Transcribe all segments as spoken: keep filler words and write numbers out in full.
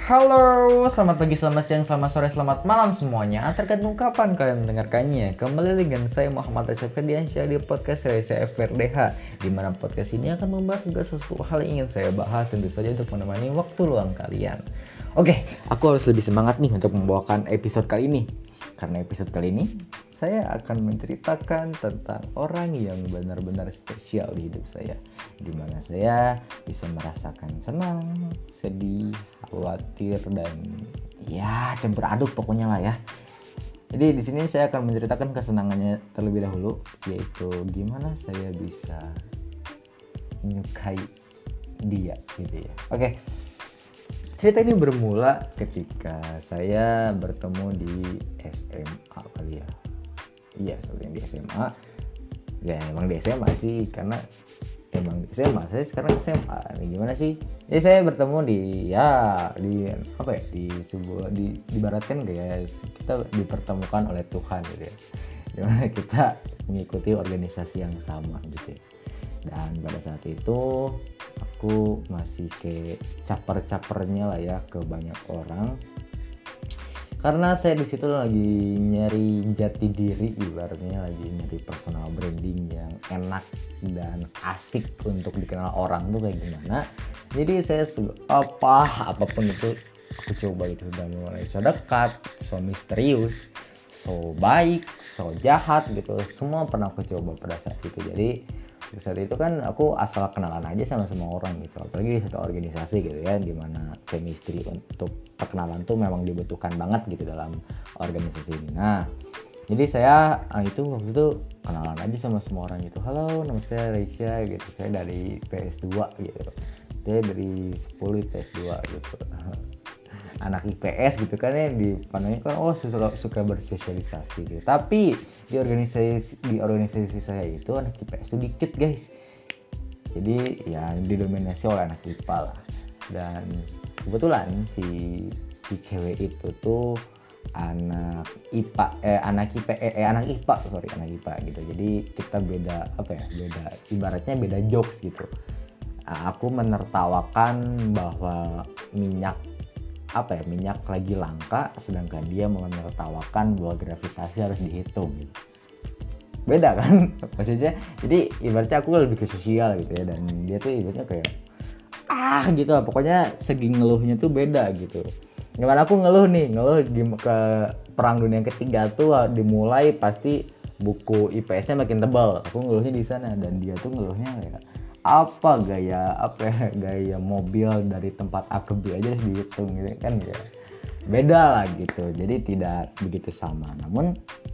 Halo, selamat pagi, selamat siang, selamat sore, selamat malam semuanya. Tergantung kapan kalian mendengarkannya. Kembali dengan saya Muhammad Reza Ferdiansyah di podcast Reza F R D H, di mana podcast ini akan membahas segala sesuatu hal yang ingin saya bahas, tentu saja untuk menemani waktu luang kalian. Oke, aku harus lebih semangat nih untuk membawakan episode kali ini. Karena episode kali ini saya akan menceritakan tentang orang yang benar-benar spesial di hidup saya, di mana saya bisa merasakan senang, sedih, khawatir, dan ya campur aduk pokoknya lah ya. Jadi di sini saya akan menceritakan kesenangannya terlebih dahulu, yaitu gimana saya bisa menyukai dia gitu ya. Oke. Cerita ini bermula ketika saya bertemu di S M A kali ya. Iya, sebenarnya di S M A. Ya emang di S M A sih, karena emang di S M A. Saya sekarang S M A. Nih, gimana sih? Jadi saya bertemu di ya di apa ya? Di sebuah di dibaratkan kayak kita dipertemukan oleh Tuhan gitu ya. Dimana kita mengikuti organisasi yang sama gitu ya. Dan pada saat itu aku masih kayak caper-capernya lah ya ke banyak orang, karena saya di situ lagi nyari jati diri, ibaratnya lagi nyari personal branding yang enak dan asik untuk dikenal orang tuh kayak gimana. Jadi saya apa apapun itu aku coba itu, dan mulai so dekat, so misterius, so baik, so jahat gitu, semua pernah aku coba pada saat itu. Jadi saat itu kan aku asal kenalan aja sama semua orang gitu, apalagi di satu organisasi gitu ya, dimana chemistry untuk perkenalan tuh memang dibutuhkan banget gitu dalam organisasi ini. Nah jadi saya ah, itu waktu itu kenalan aja sama semua orang gitu. Halo, nama saya Reisha gitu, saya dari P S dua gitu, saya dari sepuluh P S dua gitu. Anak I P S gitu kan ya, dipandangnya kan oh suka, suka bersosialisasi gitu. Tapi di organisasi di organisasi saya itu anak I P S itu dikit guys. Jadi ya didominasi oleh anak I P A lah. Dan kebetulan si si cewek itu tuh anak I P A eh anak I P eh, eh anak I P A sorry anak I P A gitu. Jadi kita beda apa ya beda ibaratnya beda jokes gitu. Aku menertawakan bahwa minyak apa ya minyak lagi langka, sedangkan dia menertawakan bahwa gravitasi harus dihitung gitu. Beda kan maksudnya. Jadi ibaratnya aku lebih ke sosial gitu ya, dan dia tuh ibaratnya kayak ah gitu lah, pokoknya segi ngeluhnya tuh beda gitu. Gimana aku ngeluh nih ngeluh di ke perang dunia ketiga tuh dimulai pasti buku I P S-nya makin tebal, aku ngeluhnya di sana, dan dia tuh ngeluhnya kayak apa gaya apa ya, gaya mobil dari tempat A ke B aja harus dihitung gitu kan ya. Beda lah gitu. Jadi tidak begitu sama. Namun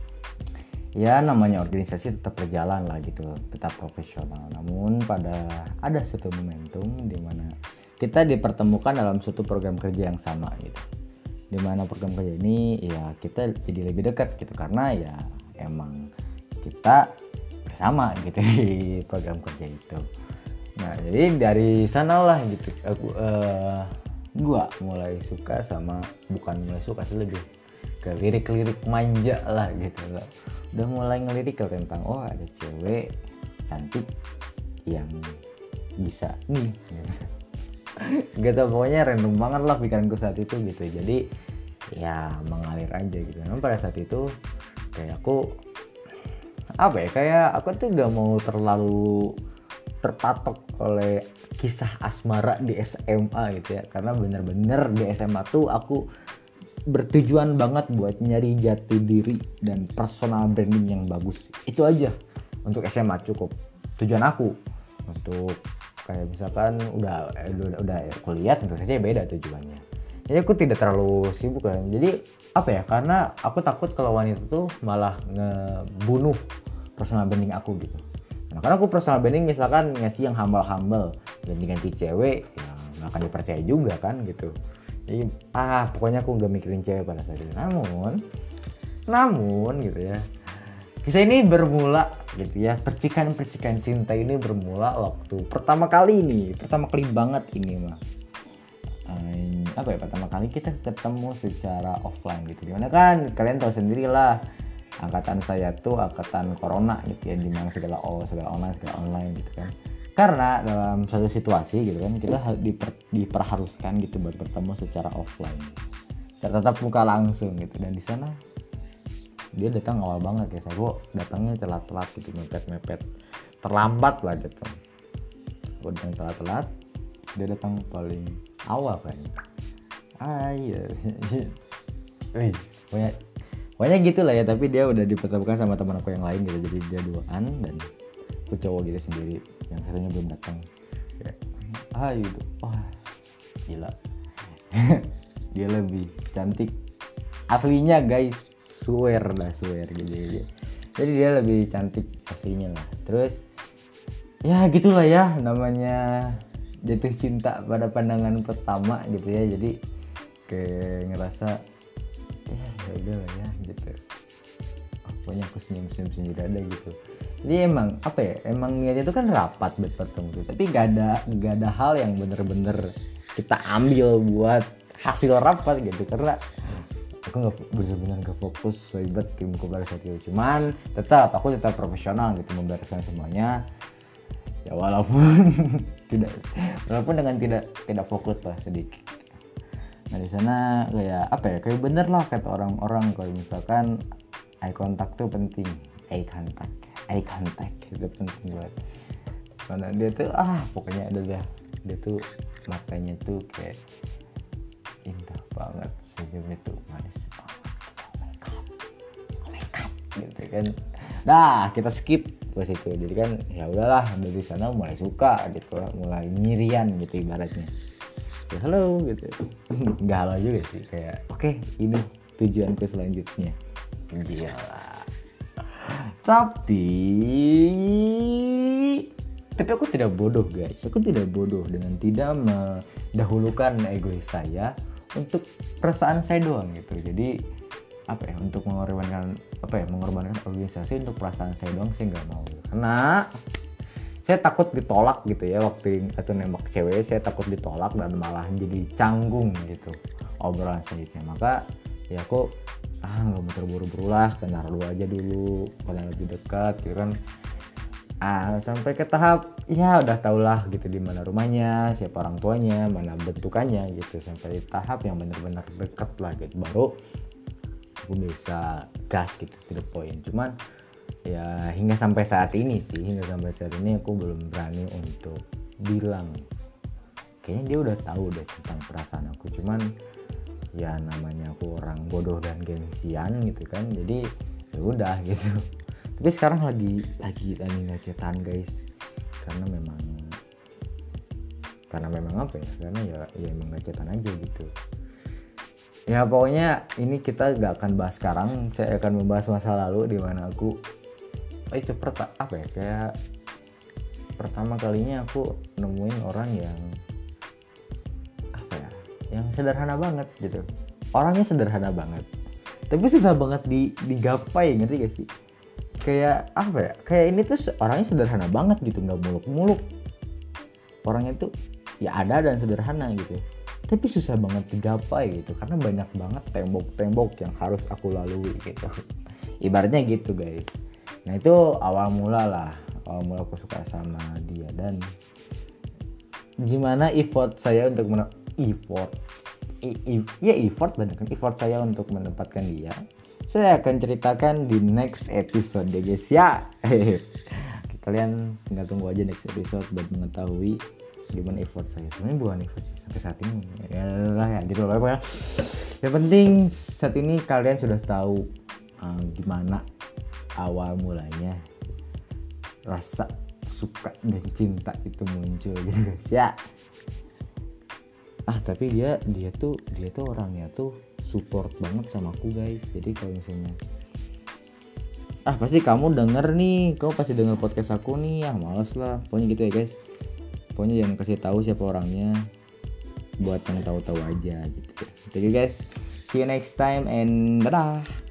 ya namanya organisasi tetap berjalan lah gitu, tetap profesional. Namun pada ada suatu momentum di mana kita dipertemukan dalam suatu program kerja yang sama gitu. Di mana program kerja ini ya kita jadi lebih dekat gitu, karena ya emang kita bersama gitu di program kerja itu. Nah jadi dari sanalah gitu aku uh, gua mulai suka sama, bukan mulai suka sih, lebih ke lirik-lirik manja lah gitu loh. Udah mulai ngelirik tentang oh ada cewek cantik yang bisa nih gitu. Gitu pokoknya random banget lah pikiranku saat itu gitu. Jadi ya mengalir aja gitu. Namun pada saat itu kayak aku apa ya kayak aku tuh gak mau terlalu terpatok oleh kisah asmara di S M A gitu ya, karena bener-bener di S M A tuh aku bertujuan banget buat nyari jati diri dan personal branding yang bagus. Itu aja untuk S M A cukup tujuan aku. Untuk kayak misalkan udah udah, udah kuliah tentu saja beda tujuannya. Jadi aku tidak terlalu sibuk kan. Jadi apa ya, karena aku takut kalau wanita tuh malah ngebunuh personal branding aku gitu. Nah, karena aku personal branding misalkan ngasih yang humble-humble dan diganti cewek ya gak akan dipercaya juga kan gitu. Jadi ah pokoknya aku gak mikirin cewek pada saat itu. Namun namun gitu ya, kisah ini bermula gitu ya, percikan-percikan cinta ini bermula waktu pertama kali nih pertama kali banget ini mah um, apa ya pertama kali kita ketemu secara offline gitu. Gimana kan kalian tahu sendiri lah, angkatan saya tuh angkatan corona gitu ya, dimana segala oh segala online segala online gitu kan. Karena dalam satu situasi gitu kan kita diper, diperharuskan gitu buat bertemu secara offline, secara tatap muka langsung gitu. Dan di sana dia datang awal banget ya, saya gua datangnya telat-telat gitu, mepet-mepet, terlambat lah gitu. Gua datang telat-telat, dia datang paling awal kan. Ah iya, wih, pokoknya pokoknya gitulah ya. Tapi dia udah dipertemukan sama teman aku yang lain gitu, jadi dia duaan dan aku cowok gitu sendiri, yang satunya belum datang. Ya, ah gitu, wah gila. Dia lebih cantik aslinya guys, swear dah swear gitu, gitu. Jadi dia lebih cantik aslinya lah. Terus ya gitulah ya, namanya jatuh cinta pada pandangan pertama gitu ya. Jadi kayak ngerasa ya ya udah lah ya gitu. Oh, pokoknya aku senyum-senyum sendiri ada gitu. Jadi emang apa ya, emang niatnya itu kan rapat buat bertemu tuh, tapi gak ada gak ada hal yang bener-bener kita ambil buat hasil rapat gitu, karena aku nggak bener-bener nggak fokus ribet timku pada saat itu. Cuman tetap aku tetap profesional gitu membereskan semuanya ya, walaupun tidak walaupun dengan tidak tidak fokus lah sedikit. Nah di sana kayak apa ya, kayak bener lah kata orang-orang kalau misalkan eye contact tuh penting, eye contact eye contact itu penting banget. Karena dia tuh ah pokoknya ada deh, dia tuh matanya tuh kayak indah banget, senyumnya tuh manis banget, malaikat gitu kan. Nah kita skip ke situ. Jadi kan ya udahlah, dari sana mulai suka gitu, mulai nyirian gitu ibaratnya. Ya, halo gitu. Nggak halo juga sih, kayak oke okay, ini tujuanku selanjutnya. Gila. Tapi tapi aku tidak bodoh guys, aku tidak bodoh dengan tidak mendahulukan egois saya untuk perasaan saya doang gitu. Jadi apa ya, untuk mengorbankan apa ya mengorbankan organisasi untuk perasaan saya doang saya nggak mau, karena saya takut ditolak gitu ya. Waktu atau nembak cewek saya takut ditolak dan malah jadi canggung gitu obrolan selanjutnya. Maka ya aku ah nggak mau terburu-buru lah, kenal dulu aja dulu kalau lebih dekat gitu kan. Ah sampai ke tahap ya udah tau lah gitu di mana rumahnya, siapa orang tuanya, mana bentukannya gitu, sampai di tahap yang benar-benar dekat lah gitu, baru aku bisa gas gitu to the point. Cuman ya hingga sampai saat ini sih hingga sampai saat ini aku belum berani untuk bilang. Kayaknya dia udah tahu deh tentang perasaan aku, cuman ya namanya aku orang bodoh dan gengsian gitu kan, jadi ya udah gitu. Tapi sekarang lagi lagi lagi ngecetan guys, karena memang karena memang apa ya karena ya ya emang ngecetan aja gitu ya. Pokoknya ini kita gak akan bahas sekarang, saya akan membahas masa lalu di mana aku oh, itu perta apa ya kayak pertama kalinya aku nemuin orang yang yang sederhana banget gitu. Orangnya sederhana banget, tapi susah banget di digapai, ngerti gak sih? Kayak apa ya? Kayak ini tuh orangnya sederhana banget gitu, nggak muluk-muluk. Orangnya tuh ya ada dan sederhana gitu, tapi susah banget digapai gitu, karena banyak banget tembok-tembok yang harus aku lalui gitu. Ibaratnya gitu guys. Nah itu awal mula lah, awal mula aku suka sama dia. Dan gimana effort saya untuk men- effort I- I- ya effort banget kan effort saya untuk menempatkan dia, saya akan ceritakan di next episode deh guys ya. Kalian tinggal tunggu aja next episode buat mengetahui gimana effort saya. Sebenarnya bukan effort sih sampai saat ini ya lah ya gitu loh ya. Yang penting saat ini kalian sudah tahu uh, gimana awal mulanya rasa suka dan cinta itu muncul gitu guys ya. Ah tapi dia dia tuh dia tuh orangnya tuh support banget sama aku guys. Jadi kalau misalnya ah pasti kamu denger nih, kamu pasti denger podcast aku nih, ah males lah, pokoknya gitu ya guys. Pokoknya jangan kasih tahu siapa orangnya, buat yang tahu-tahu aja gitu. Thank you guys, see you next time and dadah.